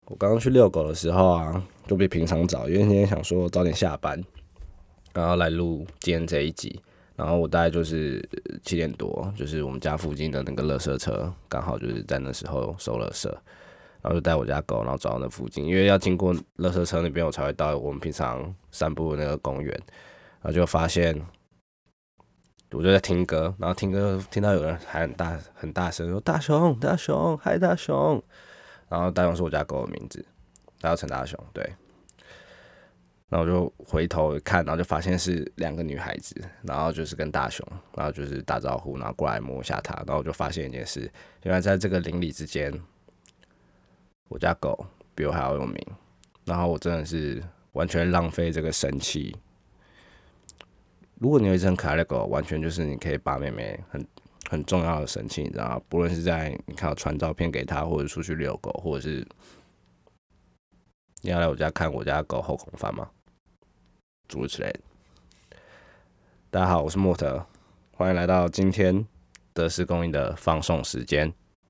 我刚刚去遛狗的时候啊，就比平常早，因为今天想说早点下班，然后来录今天这一集。然后我大概就是7点多，就是我们家附近的那个垃圾车，刚好就是在那时候收垃圾，然后就带我家狗，然后走到那附近，因为要经过垃圾车那边，我才会到我们平常散步的那个公园。然后就发现，我就在听歌，然后听歌听到有人喊很大声说大雄大雄嗨大雄，然后大雄是我家狗的名字，他叫陈大雄，对。然后我就回头看，然后就发现是2个女孩子，然后就是跟大雄，然后就是打招呼，然后过来摸一下他，然后我就发现一件事，原来在这个邻里之间，我家狗比我还要有名，然后我真的是完全浪费这个神器。如果你有一只很可爱的狗，完全就是你可以把妹妹很重要的神器，你知道吗？不论是在你看我传照片给他，或者出去遛狗，或者是你要来我家看我家狗后空翻吗？诸如此类的。大家好，我是莫特，欢迎来到今天德式公益的放送时间。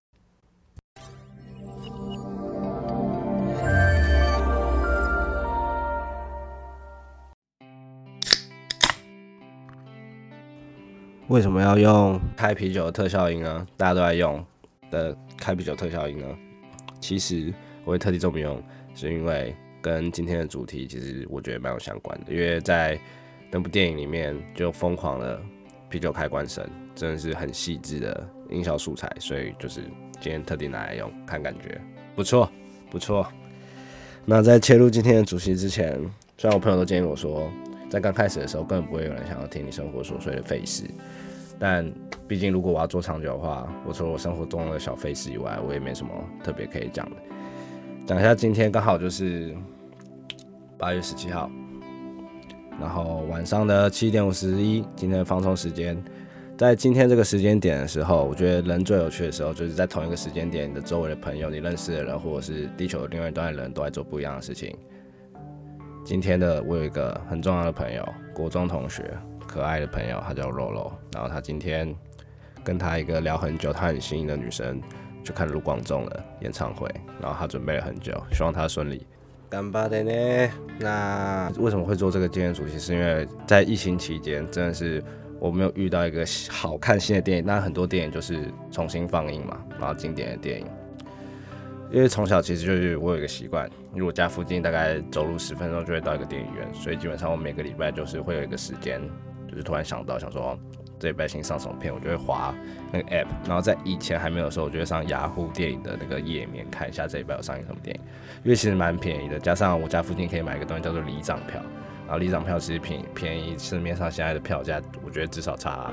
为什么要用开啤酒的特效音呢？大家都在用的开啤酒特效音呢？其实我会特地这么用，是因为跟今天的主题其实我觉得蛮有相关的，因为在那部电影里面就疯狂的啤酒开关声，真的是很细致的音效素材，所以就是今天特地拿来用，看感觉不错不错。那在切入今天的主题之前，虽然我朋友都建议我说，在刚开始的时候根本不会有人想要听你生活琐碎的费事，但毕竟如果我要做长久的话，我除了我生活中的小费事以外，我也没什么特别可以讲的。讲一下今天刚好就是8月17号，然后晚上的7点51，今天的放松时间。在今天这个时间点的时候，我觉得人最有趣的时候，就是在同一个时间点，你的周围的朋友、你认识的人，或者是地球的另外一端的人都在做不一样的事情。今天的我有一个很重要的朋友，国中同学，可爱的朋友，他叫肉肉。然后他今天跟他一个聊很久，他很心仪的女生去看卢广仲的演唱会，然后他准备了很久，希望他顺利。干巴的呢？那为什么会做这个今天的主题？是因为在疫情期间，真的是我没有遇到一个好看新的电影。那很多电影就是重新放映嘛，然后经典的电影。因为从小其实就是我有一个习惯，因为我家附近大概走路10分钟就会到一个电影院，所以基本上我每个礼拜就是会有一个时间，就是突然想说这礼拜新上什么片，我就会滑那个 app， 然后在以前还没有的时候，我就会上雅虎电影的那个页面看一下这礼拜有上映什么电影，因为其实蛮便宜的，加上我家附近可以买一个东西叫做里长票，然后里长票其实便宜市面上现在的票价，我觉得至少差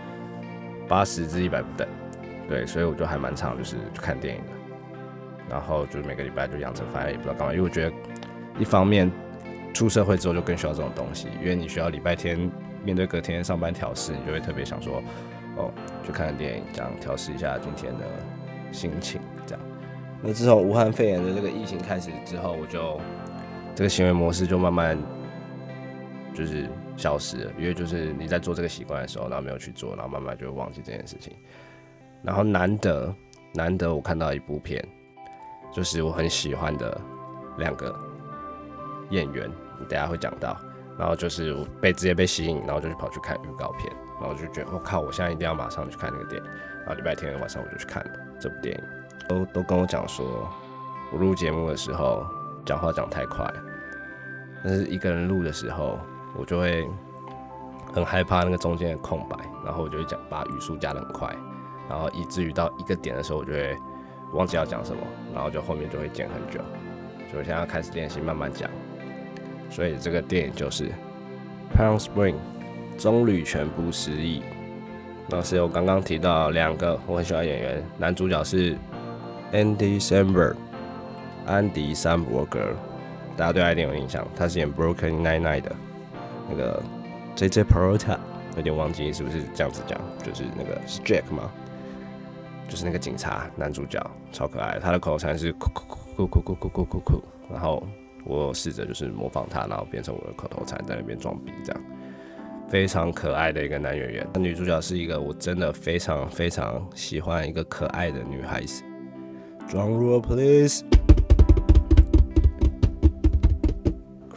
80至100不等，对，所以我就还蛮常就是去看电影的。然后就每个礼拜就养成，反正也不知道干嘛，因为我觉得一方面出社会之后就更需要这种东西，因为你需要礼拜天面对隔天上班调试，你就会特别想说，去看看电影，这样调试一下今天的心情，这样。那自从武汉肺炎的这个疫情开始之后，我就这个行为模式就慢慢就是消失了，因为就是你在做这个习惯的时候，然后没有去做，然后慢慢就会忘记这件事情。然后难得我看到一部片。就是我很喜欢的2个演员，等一下会讲到。然后就是我直接被吸引，然后就跑去看预告片，然后就觉得我靠，我现在一定要马上去看那个电影。然后礼拜天晚上我就去看了这部电影。都跟我讲说，我录节目的时候讲话讲太快，但是一个人录的时候，我就会很害怕那个中间的空白，然后我就会把语速加得很快，然后以至于到一个点的时候，我就会忘记要讲什么，然后就后面就会剪很久，所以我现在要开始练习慢慢讲。所以这个电影就是《Palm Spring》棕榈全部失忆。那是我刚刚提到2个我很喜欢的演员，男主角是 Andy Samberg， 安迪·桑伯格，大家对他一定有印象，他是演《Brooklyn Nine-Nine》的那个 JJ Peralta， 有点忘记是不是这样子讲，就是那个是 Jack 吗？就是那个警察男主角超可爱的，他的口头禅是酷酷酷酷酷酷酷酷酷，然后我试着就是模仿他，然后变成我的口头禅，在那边装逼，这样非常可爱的一个男演员。女主角是一个我真的非常非常喜欢一个可爱的女孩子。Drum roll please。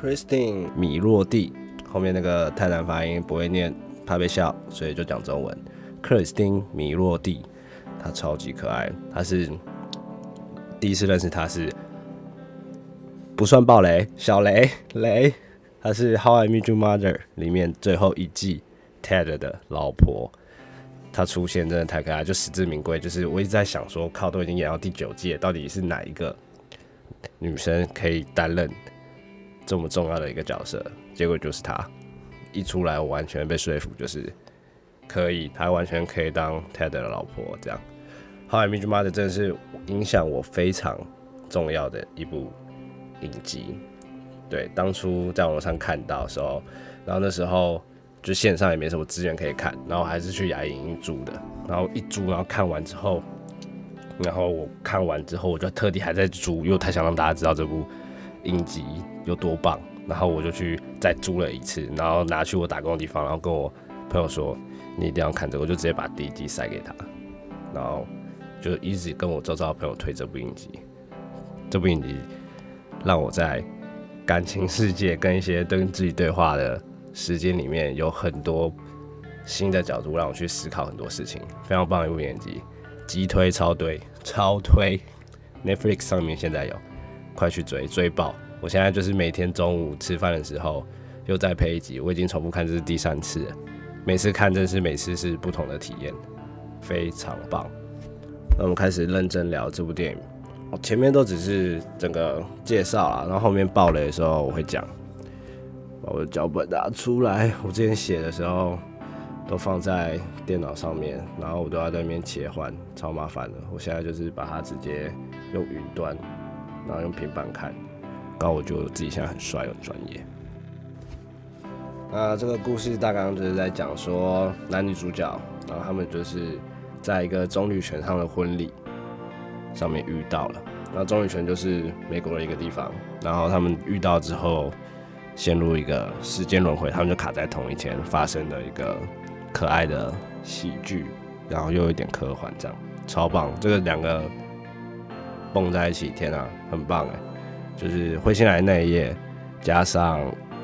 Christine 米洛蒂，后面那个泰南发音不会念，怕被笑，所以就讲中文。Christine 米洛蒂，她超级可爱，她是第一次认识她是不算暴雷，小雷，她是《How I Met Your Mother》里面最后一季 Ted 的老婆。她出现真的太可爱，就实至名归。就是我一直在想说，靠，都已经演到第9季了，到底是哪一个女生可以担任这么重要的一个角色？结果就是她一出来，我完全被说服，就是可以，她完全可以当 Ted 的老婆。这样，《How I Met Your Mother》真的是影响我非常重要的一部影集。对，当初在网络上看到的时候，然后那时候就线上也没什么资源可以看，然后还是去雅影音租的，然后一租，然后看完之后，我就特地还在租，因为我太想让大家知道这部影集有多棒，然后我就去再租了一次，然后拿去我打工的地方，然后跟我朋友说你一定要看这个，我就直接把第1季塞给他，然后就一直跟我周遭的朋友推这部影集。这部影集让我在感情世界跟一些跟自己对话的时间里面有很多新的角度，让我去思考很多事情，非常棒的一部影集，极推超推，Netflix 上面现在有，快去追爆！我现在就是每天中午吃饭的时候又再配一集，我已经重复看这是第3次了，每次看真是每次是不同的体验，非常棒。那我们开始认真聊这部电影，前面都只是整个介绍啦，然后后面爆雷的时候我会讲。把我的脚本拿出来，我之前写的时候都放在电脑上面，然后我都要在那边切换，超麻烦的。我现在就是把它直接用云端，然后用平板看，然后我觉得我自己现在很帅很专业。这个故事大纲就是在讲说男女主角，然后他们就是在一个棕榈泉上的婚礼上面遇到了。然后棕榈泉就是美国的一个地方，然后他们遇到之后陷入一个时间轮回，他们就卡在同一天发生的一个可爱的喜剧，然后又有一点科幻，这样超棒。这个2个蹦在一起，天啊，很棒哎！就是灰心来那一夜，加上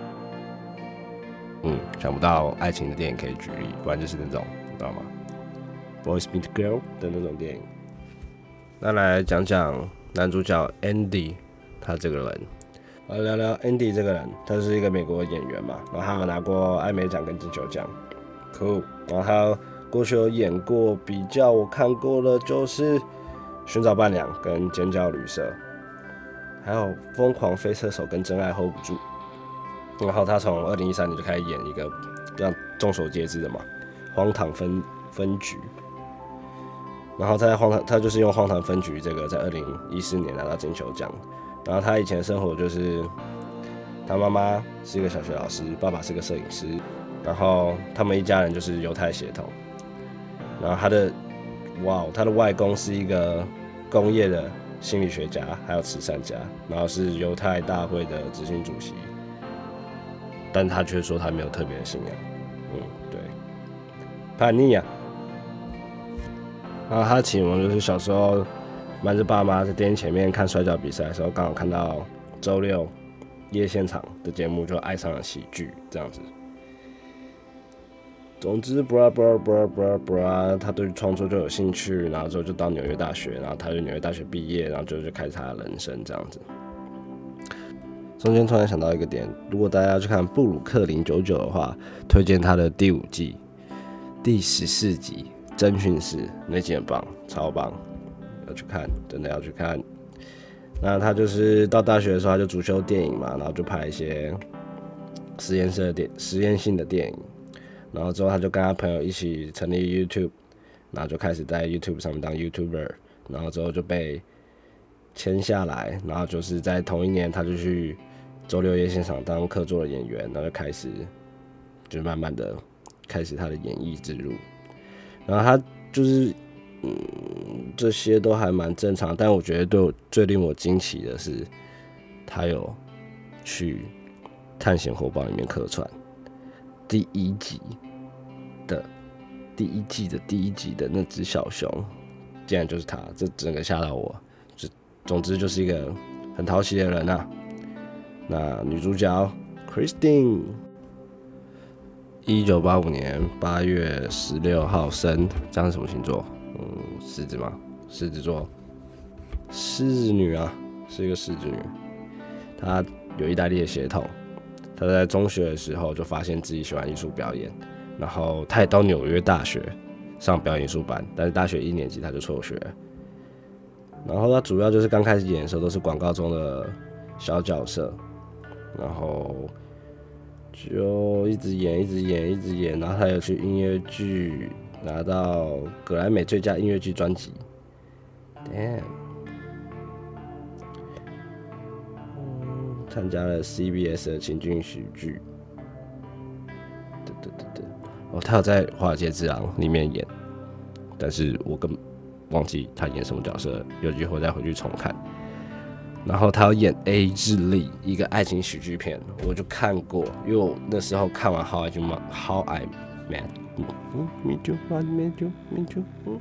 想不到爱情的电影可以举例，不然就是那种你知道吗 ，Boys Meet Girl 的那种电影。那来讲讲男主角 Andy 他这个人。聊聊 Andy 这个人，他是一个美国演员嘛，然后他有拿过艾美奖跟金球奖 ，cool。然后他过去有演过比较我看过的就是《寻找伴娘》跟《尖叫旅社》，还有《疯狂飞车手》跟《真爱 hold 不住》。然后他从2013年就开始演一个这样众所皆知的嘛，《荒唐分局》。然后他就是用《荒唐分局》这个在2014年拿到金球奖。然后他以前的生活就是，他妈妈是一个小学老师，爸爸是个摄影师，然后他们一家人就是犹太血统。然后他的外公是一个工业的心理学家，还有慈善家，然后是犹太大会的执行主席，但他却说他没有特别的信仰。对，叛逆啊。然后他启蒙就是小时候瞒着爸妈在电视前面看摔跤比赛的时候，刚好看到周六夜现场的节目，就爱上了喜剧这样子。总之，他对创作就有兴趣，然后之后就到纽约大学，然后他就纽约大学毕业，然后就开始他的人生这样子。中间突然想到一个点，如果大家要去看布鲁克林99的话，推荐他的第5季第14集侦讯室，那集很棒，超棒。要去看，真的要去看。那他就是到大学的时候，他就主修电影嘛，然后就拍一些实验性的电影。然后之后他就跟他朋友一起成立 YouTube， 然后就开始在 YouTube 上面当 YouTuber。然后之后就被签下来，然后就是在同一年他就去周六夜现场当客座的演员，然后就开始就慢慢的开始他的演艺之路。然后他就是这些都还蛮正常，但我觉得最令我惊奇的是，他有去《探险活宝》里面客串第1季的第一集的那只小熊，竟然就是他，这整个吓到我。总之就是一个很讨喜的人啊。 那女主角 Christine， 1985年8月16号生，这样是什么星座？狮子吗？狮子座，狮子女啊，是一个狮子女。她有意大利的血统，她在中学的时候就发现自己喜欢艺术表演，然后她也到纽约大学上表演艺术班，但是大学1年级她就辍学了。然后她主要就是刚开始演的时候都是广告中的小角色，然后就一直演，然后她有去音乐剧拿到格莱美最佳音乐剧专辑。Damn。参加了 CBS 的情景喜剧。他有在《华尔街之狼》里面演，但是我更忘记他演什么角色，有机会再回去重看。然后他要演《A 日历》，一个爱情喜剧片，我就看过，因为我那时候看完《How I Met You》，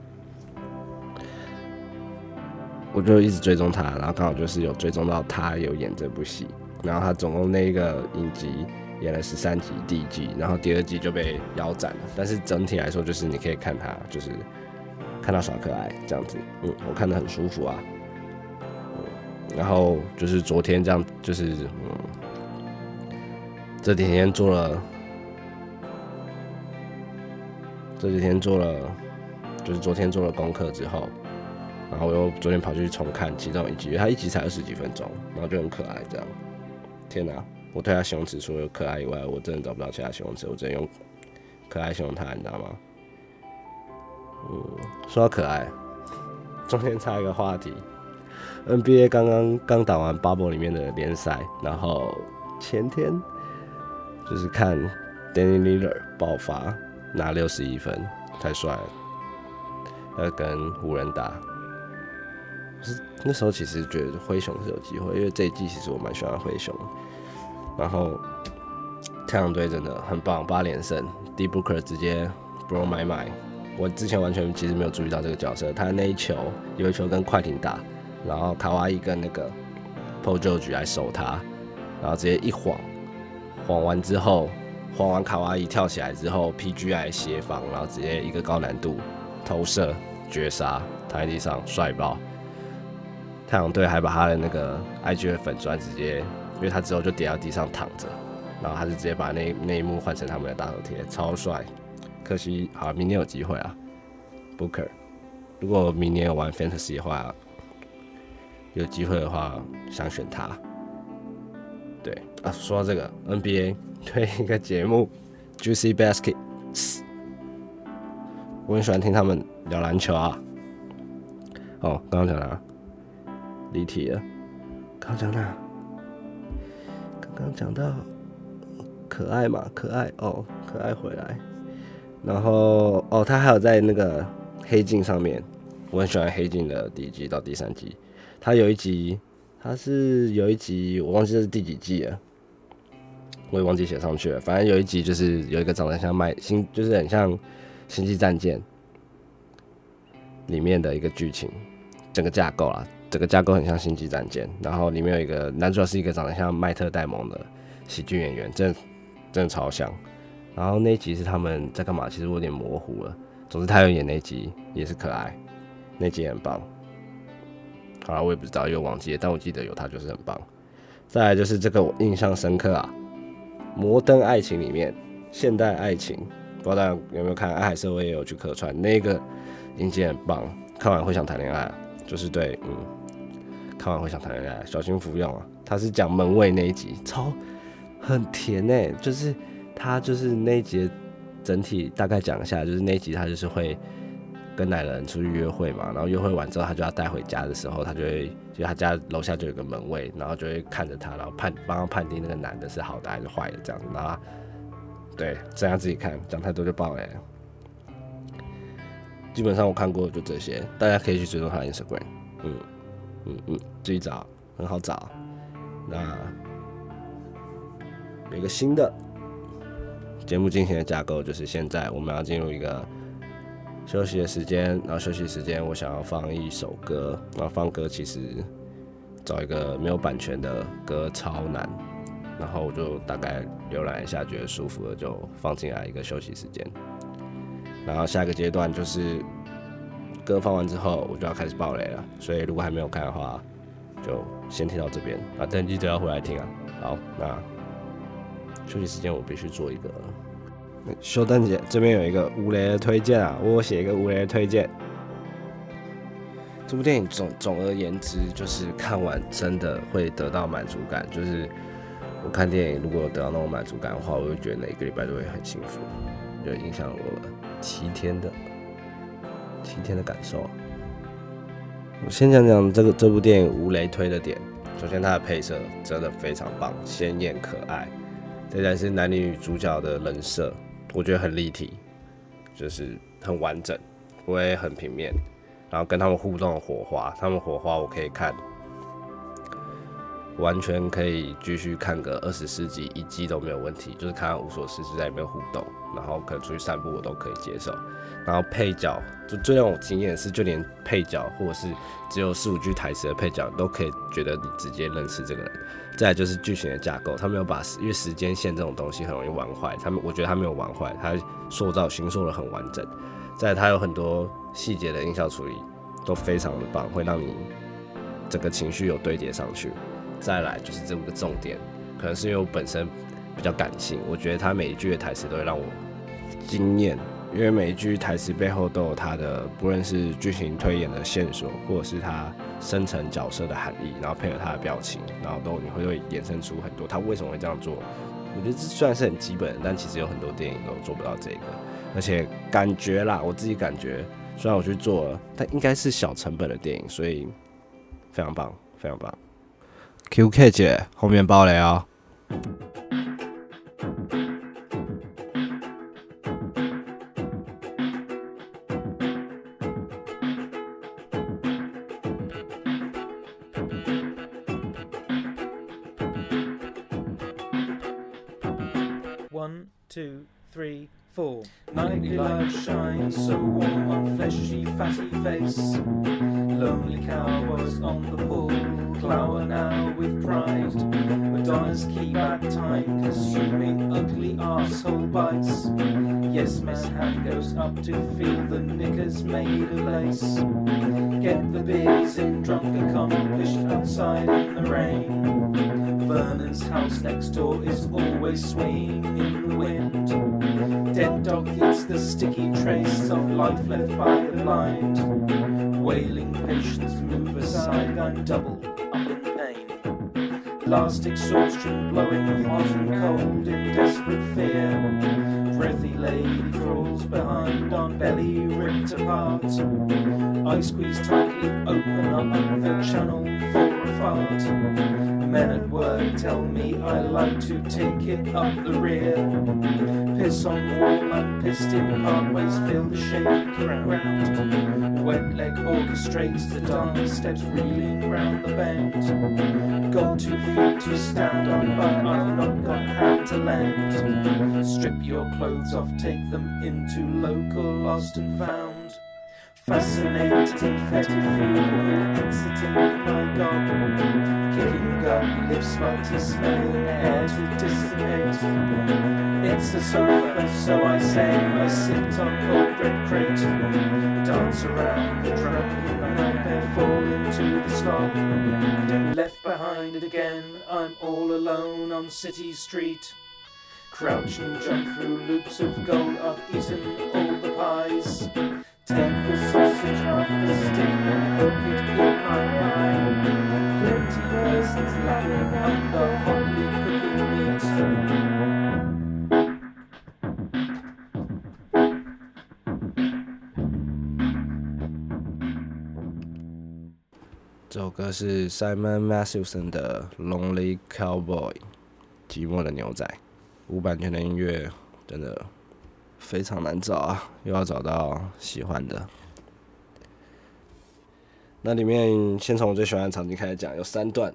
我就一直追踪他，然后刚好就是有追踪到他有演这部戏，然后他总共那个影集演了13集，第1季，然后第2季就被腰斩了。但是整体来说，就是你可以看他，就是看他耍可爱这样子，我看得很舒服啊。然后就是昨天这样，就是这几天做了，就是昨天做了功课之后。然后我又昨天跑去重看其中1集，因为它1集才20几分钟，然后就很可爱这样。天哪，我对它形容词除了可爱以外，我真的找不到其他形容词，我只能用可爱形容它，你知道吗？说到可爱，中间插一个话题 ，NBA 刚打完 Bubble 里面的联赛，然后前天就是看 Damian Lillard 爆发拿61分，太帅了，要跟湖人打。那时候其实觉得灰熊是有机会，因为这一季其实我蛮喜欢灰熊。然后太阳队真的很棒，8连胜 ，D Booker 直接 blow my mind。我之前完全其实没有注意到这个角色，他那一球有一球跟快艇打，然后卡哇伊跟那个 Paul George 来守他，然后直接一晃完之后，晃完卡哇伊跳起来之后 ，PG 来协防，然后直接一个高难度投射绝杀，躺在地上帅爆。太阳队还把他的那个 IG 的粉砖直接，因为他之后就跌到地上躺着，然后他就直接把那一幕换成他们的大头贴，超帅。可惜，好，明年有机会啊 ，Booker。如果明年有玩 Fantasy 的话，有机会的话，想选他。对啊，说到这个 NBA 推一个节目 Juicy Baskets， 我很喜欢听他们聊篮球啊。哦，刚刚讲了。离题了，刚讲哪？刚刚讲到可爱嘛，可爱哦，可爱回来。然后他还有在那个黑镜上面，我很喜欢黑镜的第1季到第3季。他有一集我忘记这是第几季了，我也忘记写上去了。反正有一集就是有一个长得像就是很像《星际战舰》里面的一个剧情，整个架构啦。整个架构很像《星际战舰》，然后里面有一个男主角是一个长得像麦特戴蒙的喜剧演员，真的超像。然后那一集是他们在干嘛？其实我有点模糊了。总之他有演那一集也是可爱，那集也很棒。好了，我也不知道，因为我忘记了，但我记得有他就是很棒。再来就是这个我印象深刻啊，摩登爱情里面现代爱情，不知道大家有没有看？爱海社会也有去客串，那个影集很棒，看完会想谈恋爱，就是对，看完会想谈恋爱，小心服用啊！他是讲门卫那一集，很甜欸，就是他就是那一集的整体大概讲一下，就是那一集他就是会跟哪个人出去约会嘛，然后约会完之后他就要带回家的时候，就他家楼下就有个门卫，然后就会看着他，然后帮他判定那个男的是好的还是坏的这样子，然后对，这样自己看，讲太多就爆雷了。基本上我看过就这些，大家可以去追踪他的 Instagram，自己找，很好找。那有一个新的节目进行的架构，就是现在我们要进入一个休息的时间，然后休息时间我想要放一首歌，然后放歌其实找一个没有版权的歌超难，然后我就大概浏览一下，觉得舒服了就放进来一个休息时间。然后下一个阶段就是歌放完之后，我就要开始爆雷了，所以如果还没有看的话，就先听到这边啊，但记得要回来听啊。好，那休息时间我必须做一个修蛋姐这边有一个无雷的推荐啊，我写一个无雷的推荐。这部电影总而言之，就是看完真的会得到满足感。就是我看电影如果有得到那种满足感的话，我会觉得那一个礼拜都会很幸福，就影响我7天的感受。我先讲讲这部电影无雷推的点。首先，它的配色真的非常棒，鲜艳可爱。再来是男女主角的人设，我觉得很立体，就是很完整，不会很平面。然后跟他们互动的火花，我可以看，完全可以继续看个24集1季都没有问题，就是看无所事事在里面互动，然后可能出去散步我都可以接受。然后配角就最让我惊艳的是，就连配角或者是只有4-5句台词的配角，都可以觉得你直接认识这个人。再来就是剧情的架构，他没有把因为时间线这种东西很容易玩坏，我觉得他没有玩坏，他形塑的很完整。再来他有很多细节的音效处理都非常的棒，会让你整个情绪有堆叠上去。再来就是这5个重点，可能是因为我本身比较感性，我觉得他每一句的台词都会让我惊艳，因为每一句台词背后都有他的不论是剧情推演的线索，或者是他深层角色的含义，然后配合他的表情，然后你会衍生出很多他为什么会这样做。我觉得这虽然是很基本的，但其实有很多电影都做不到这个。而且感觉啦，我自己感觉，虽然我去做了，但应该是小成本的电影，所以非常棒，非常棒。QK 姐，后面爆雷哦。 1, 2, 3, 4. Nightly light shines so warm on fleshy, fatty face. Lonely cowboys on the pull, glower now with pride. Madonnas keep at time, consuming ugly arsehole bites. Yes, Miss Hand goes up to feel the knickers made of lace. Get the beers in, drunk accomplished outside in the rain. Vernon's house next door is always swaying in the wind. Dead dog eats the sticky trace of life left by the blind. Wailing patients move aside, I'm double up in pain. Last exhaustion blowing hot and cold in desperate fear. Breathy lady crawls behind on belly ripped apart. I squeeze tightly open up the channel for a fart. Men at work tell me I like to take it up the rear. Piss on wall, I'm pissed in pathways, feel the shaky ground. Wet leg orchestrates the dance, steps reeling round the bend. Got 2 feet to stand on, but I've not got hand to lend. Strip your clothes off, take them into local lost and found. Fascinating, fetid feel, exiting my god. Kicking gut, lips smutty, smelling air to dissipate. It's a sofa, so I say, I sit on cold red crate. Dance around the drunk in the nightmare, fall into the slog. Left behind it again, I'm all alone on city street. Crouch and jump through loops of gold, I've eaten all the pies. Take the sausage off the stick and poke it in my eye. Plenty persons lapping up the hotly cooking meat. 这首歌是 Simon Mathewson 的《Lonely Cowboy》，寂寞的牛仔。无版权的音乐真的非常难找啊，又要找到喜欢的。那里面先从我最喜欢的场景开始讲，有3段，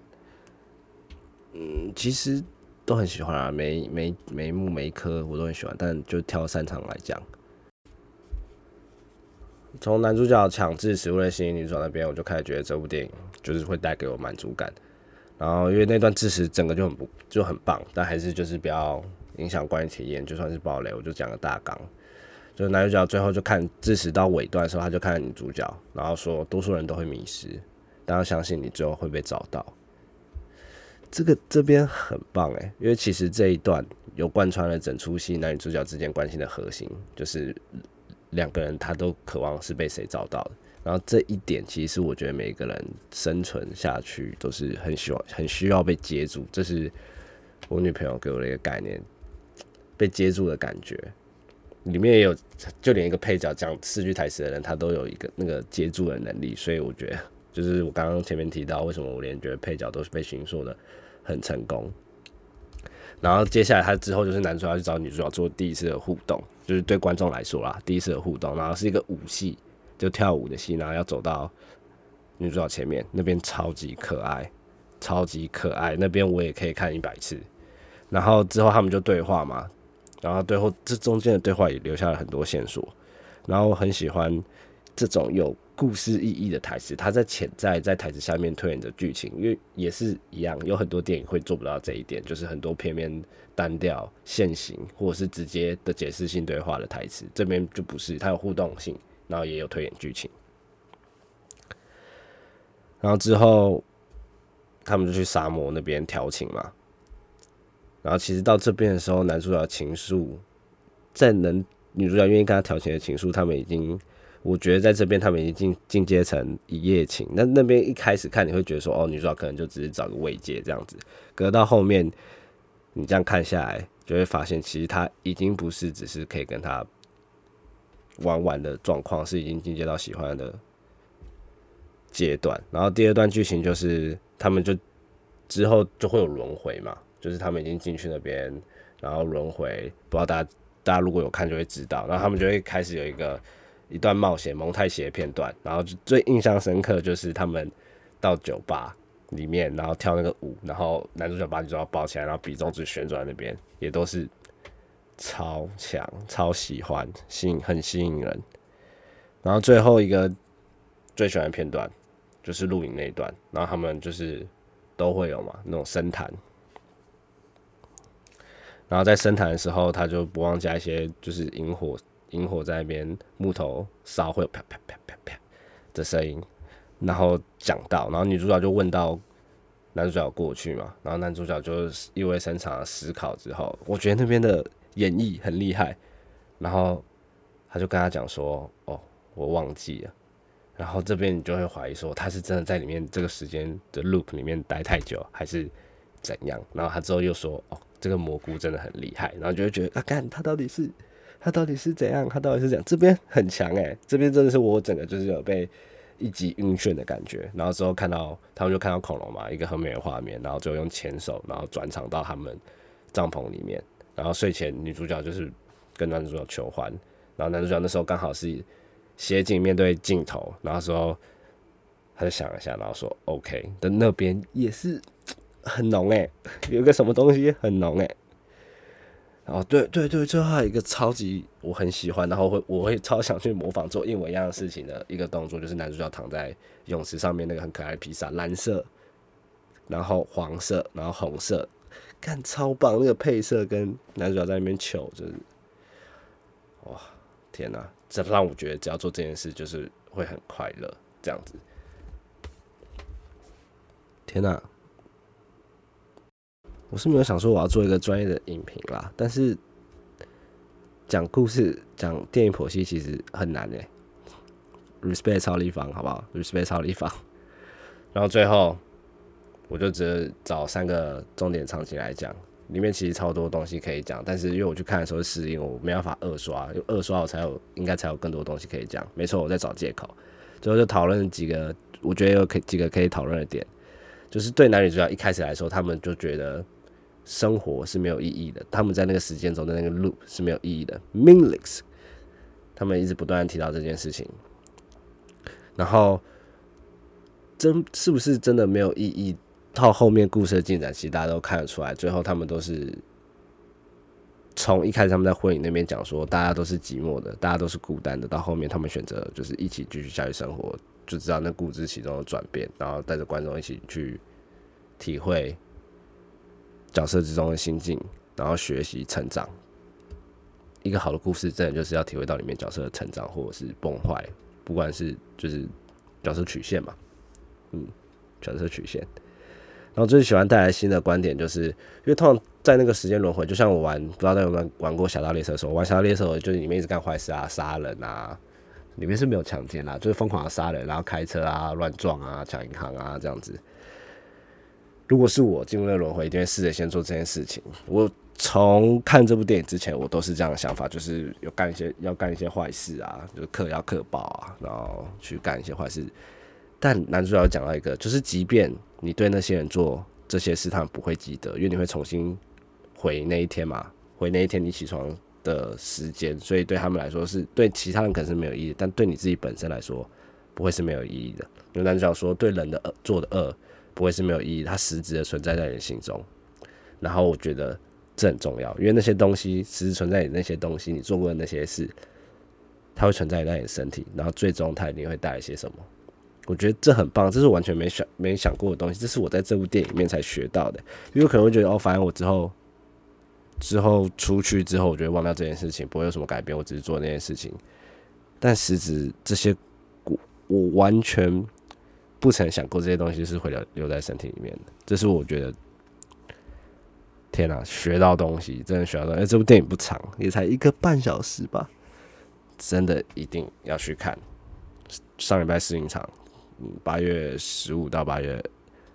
其实都很喜欢啊，每一幕每一颗我都很喜欢，但就挑3场来讲。从男主角抢智齿为了吸引女主角那边，我就开始觉得这部电影就是会带给我满足感。 然后因为那段致辞整个就很棒，但还是就是不要影响观影体验，就算是爆雷，我就讲个大纲。就男主角最后就看致辞到尾段的时候，他就看女主角，然后说多数人都会迷失，但要相信你最后会被找到。这边很棒因为其实这一段有贯穿了整出戏男女主角之间关系的核心，就是两个人他都渴望是被谁找到的。然后这一点其实是我觉得每个人生存下去都是很需要被接住，这是我女朋友给我的一个概念，被接住的感觉。里面也有，就连一个配角讲4句台词的人，他都有一个那个接住的能力，所以我觉得就是我刚刚前面提到，为什么我连觉得配角都是被形塑的很成功。然后接下来他之后就是男主角去找女主角做第一次的互动，就是对观众来说啦，第一次的互动，然后是一个舞戏，就跳舞的戏，然后要走到女主角前面，那边超级可爱，超级可爱，那边我也可以看100次。然后之后他们就对话嘛，然后最后这中间的对话也留下了很多线索，然后我很喜欢这种有故事意义的台词，它在潜在台词下面推演着剧情，因为也是一样，有很多电影会做不到这一点，就是很多片面单调、现行或者是直接的解释性对话的台词，这边就不是，它有互动性，然后也有推演剧情。然后之后他们就去沙漠那边调情嘛，然后其实到这边的时候，男主角的情愫，在女主角愿意跟他调情的情愫，他们已经，我觉得在这边他们已经进阶成一夜情。那边一开始看你会觉得说，哦，女主角可能就只是找个慰藉这样子，可是到后面你这样看下来，就会发现其实他已经不是只是可以跟他玩玩的状况，是已经进阶到喜欢的阶段。然后第二段剧情就是他们就之后就会有轮回嘛，就是他们已经进去那边，然后轮回，不知道大家如果有看就会知道，然后他们就会开始有一段冒险蒙太奇的片段，然后最印象深刻就是他们到酒吧里面，然后跳那个舞，然后男主角把女主角抱起来，然后比中指旋转那边，也都是超强、超喜欢，很吸引人。然后最后一个最喜欢的片段就是录影那一段，然后他们就是都会有嘛那种深谈，然后在深谈的时候，他就不忘加一些就是萤火在那边木头烧会有啪啪啪啪啪的声音，然后讲到，然后女主角就问到男主角过去嘛，然后男主角就意味深长的思考之后，我觉得那边的演绎很厉害，然后他就跟他讲说，哦，我忘记了。然后这边你就会怀疑说，他是真的在里面这个时间的 loop 里面待太久，还是怎样？然后他之后又说，哦，这个蘑菇真的很厉害，然后就会觉得，啊，干他到底是怎样？他到底是怎样？这边很强这边真的是我整个就是有被一击晕眩的感觉。然后之后他们就看到恐龙嘛，一个很美的画面，然后最后用牵手，然后转场到他们帐篷里面，然后睡前女主角就是跟男主角求欢，然后男主角那时候刚好是斜镜面对镜头，然后说他就想了一下，然后说 OK 的那边也是很浓有一个什么东西很浓然后对，最后还有一个超级我很喜欢，然后我会超想去模仿做一模一样的事情的一个动作，就是男主角躺在泳池上面那个很可爱的披萨，蓝色，然后黄色，然后红色，看超棒，那个配色跟男主角在那边求，就是哇天哪！这让我觉得只要做这件事就是会很快乐，这样子。天哪！我是没有想说我要做一个专业的影评啦，但是讲故事、讲电影剖析其实很难respect 超立方，好不好 ？respect 超立方。然后最后我就只找3个重点场景来讲，里面其实超多东西可以讲，但是因为我去看的时候适应，我没办法二刷，因为二刷我应该才有更多东西可以讲。没错，我在找借口。最后就讨论几个，我觉得有几个可以讨论的点，就是对男女主角一开始来说，他们就觉得生活是没有意义的，他们在那个时间中的那个 loop 是没有意义的 ，meaningless。他们一直不断地提到这件事情，然后是不是真的没有意义？到后面故事的进展，其实大家都看得出来，最后他们都是从一开始他们在婚礼那边讲说，大家都是寂寞的，大家都是孤单的，到后面他们选择就是一起继续下去生活，就知道那故事其中的转变，然后带着观众一起去体会角色之中的心境，然后学习成长。一个好的故事，真的就是要体会到里面角色的成长或者是崩坏，不管是就是角色曲线嘛，角色曲线。然后最喜欢带来新的观点，就是因为通常在那个时间轮回，就像我玩，不知道大家有没有玩过《侠盗猎车手》？玩《侠盗猎车手》就是里面一直干坏事啊，杀人啊，里面是没有强奸啦，就是疯狂的杀人，然后开车啊、乱撞啊、抢银行啊这样子。如果是我进入那个轮回，一定会试着先做这件事情。我从看这部电影之前，我都是这样的想法，就是要干一些坏事啊，就是要克报啊，然后去干一些坏事。但男主角讲到一个，就是即便你对那些人做这些事，他们不会记得，因为你会重新回那一天嘛，回那一天你起床的时间，所以对他们来说是对其他人可能是没有意义，但对你自己本身来说不会是没有意义的。因为男主角说，对人的做的恶不会是没有意义，它实质的存在在你的心中。然后我觉得这很重要，因为那些东西实质存在你那些东西，你做过的那些事，它会存在在你的身体，然后最终它一定会带来些什么。我觉得这很棒，这是我完全没想过的东西，这是我在这部电影里面才学到的。因为我可能会觉得反正我之后出去之后，我就会忘掉这件事情，不会有什么改变，我只是做那件事情。但实质这些我完全不曾想过这些东西是会留在身体里面的，这是我觉得天啊，学到东西，真的学到东西。这部电影不长，也才1个半小时吧，真的一定要去看。上礼拜试映场，8月15到8月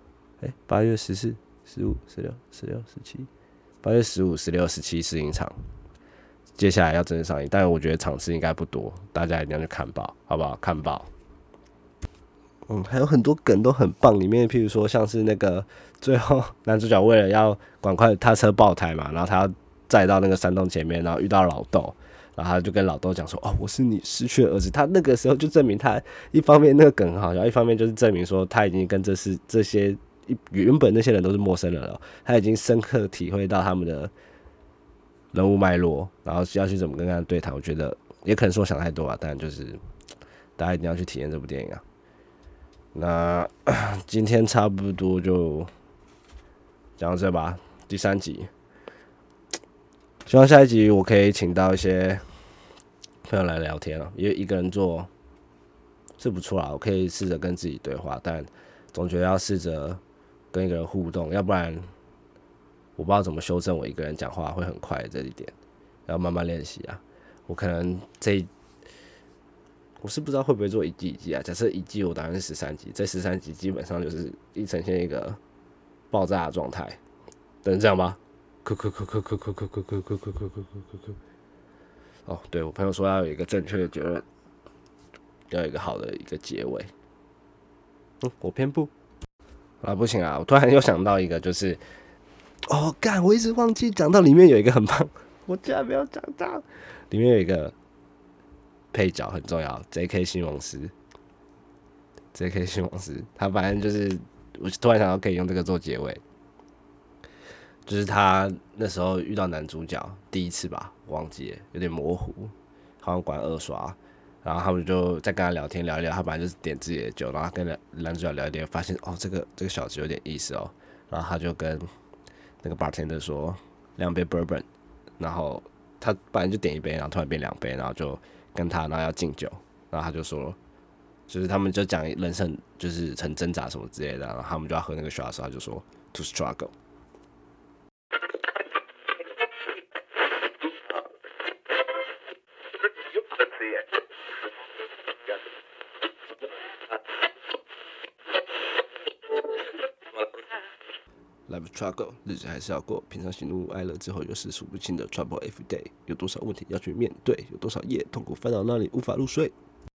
14、15、16、17，8月15、16、17试映场，接下来要正式上映，但我觉得场次应该不多，大家一定要去看爆，好不好？看爆。还有很多梗都很棒，里面譬如说像是那个最后男主角为了要赶快他车爆胎嘛，然后他要载到那个山洞前面，然后遇到老豆，然后他就跟老豆讲说：“哦，我是你失去的儿子。”他那个时候就证明他一方面那个梗很好笑，一方面就是证明说他已经跟这些原本那些人都是陌生人了，他已经深刻体会到他们的人物脉络，然后要去怎么跟他对谈。我觉得也可能是我想太多了，但就是大家一定要去体验这部电影啊。那今天差不多就讲到这吧，第3集。希望下一集我可以请到一些朋友来聊天了，因为一个人做是不错啦，我可以试着跟自己对话，但总觉得要试着跟一个人互动，要不然我不知道怎么修正我一个人讲话会很快的这一点，要慢慢练习啊。我可能我是不知道会不会做一季一季啊。假设一季我打算是13集，这13集基本上就是呈现一个爆炸的状态，等这样吧。哦，对，我朋友说要有一个正确的结论，要有一个好的一个结尾。我偏不。啊，不行啊！我突然又想到一个，就是干，我一直忘记讲到里面有一个很棒，我竟然没有讲到，里面有一个配角很重要 ，J.K. 西蒙斯。J.K. 西蒙斯，他反正就是我突然想到可以用这个做结尾，就是他那时候遇到男主角第一次吧，我忘记了，有点模糊，好像玩2刷，然后他们就在跟他聊天聊一聊，他本来就是点自己的酒，然后跟男主角聊一聊，发现这个小子有点意思哦，然后他就跟那个 bartender 说2杯 bourbon， 然后他本来就点1杯，然后突然变2杯，然后就跟他，然后要敬酒，然后他就说，就是他们就讲人生就是很挣扎什么之类的，然后他们就要喝那个 shot 的时候，他就说 to struggle。Life struggle， 日子还是要过，平常喜怒哀乐之后，又是数不清的 trouble every day。有多少问题要去面对，有多少夜痛苦烦恼让你无法入睡。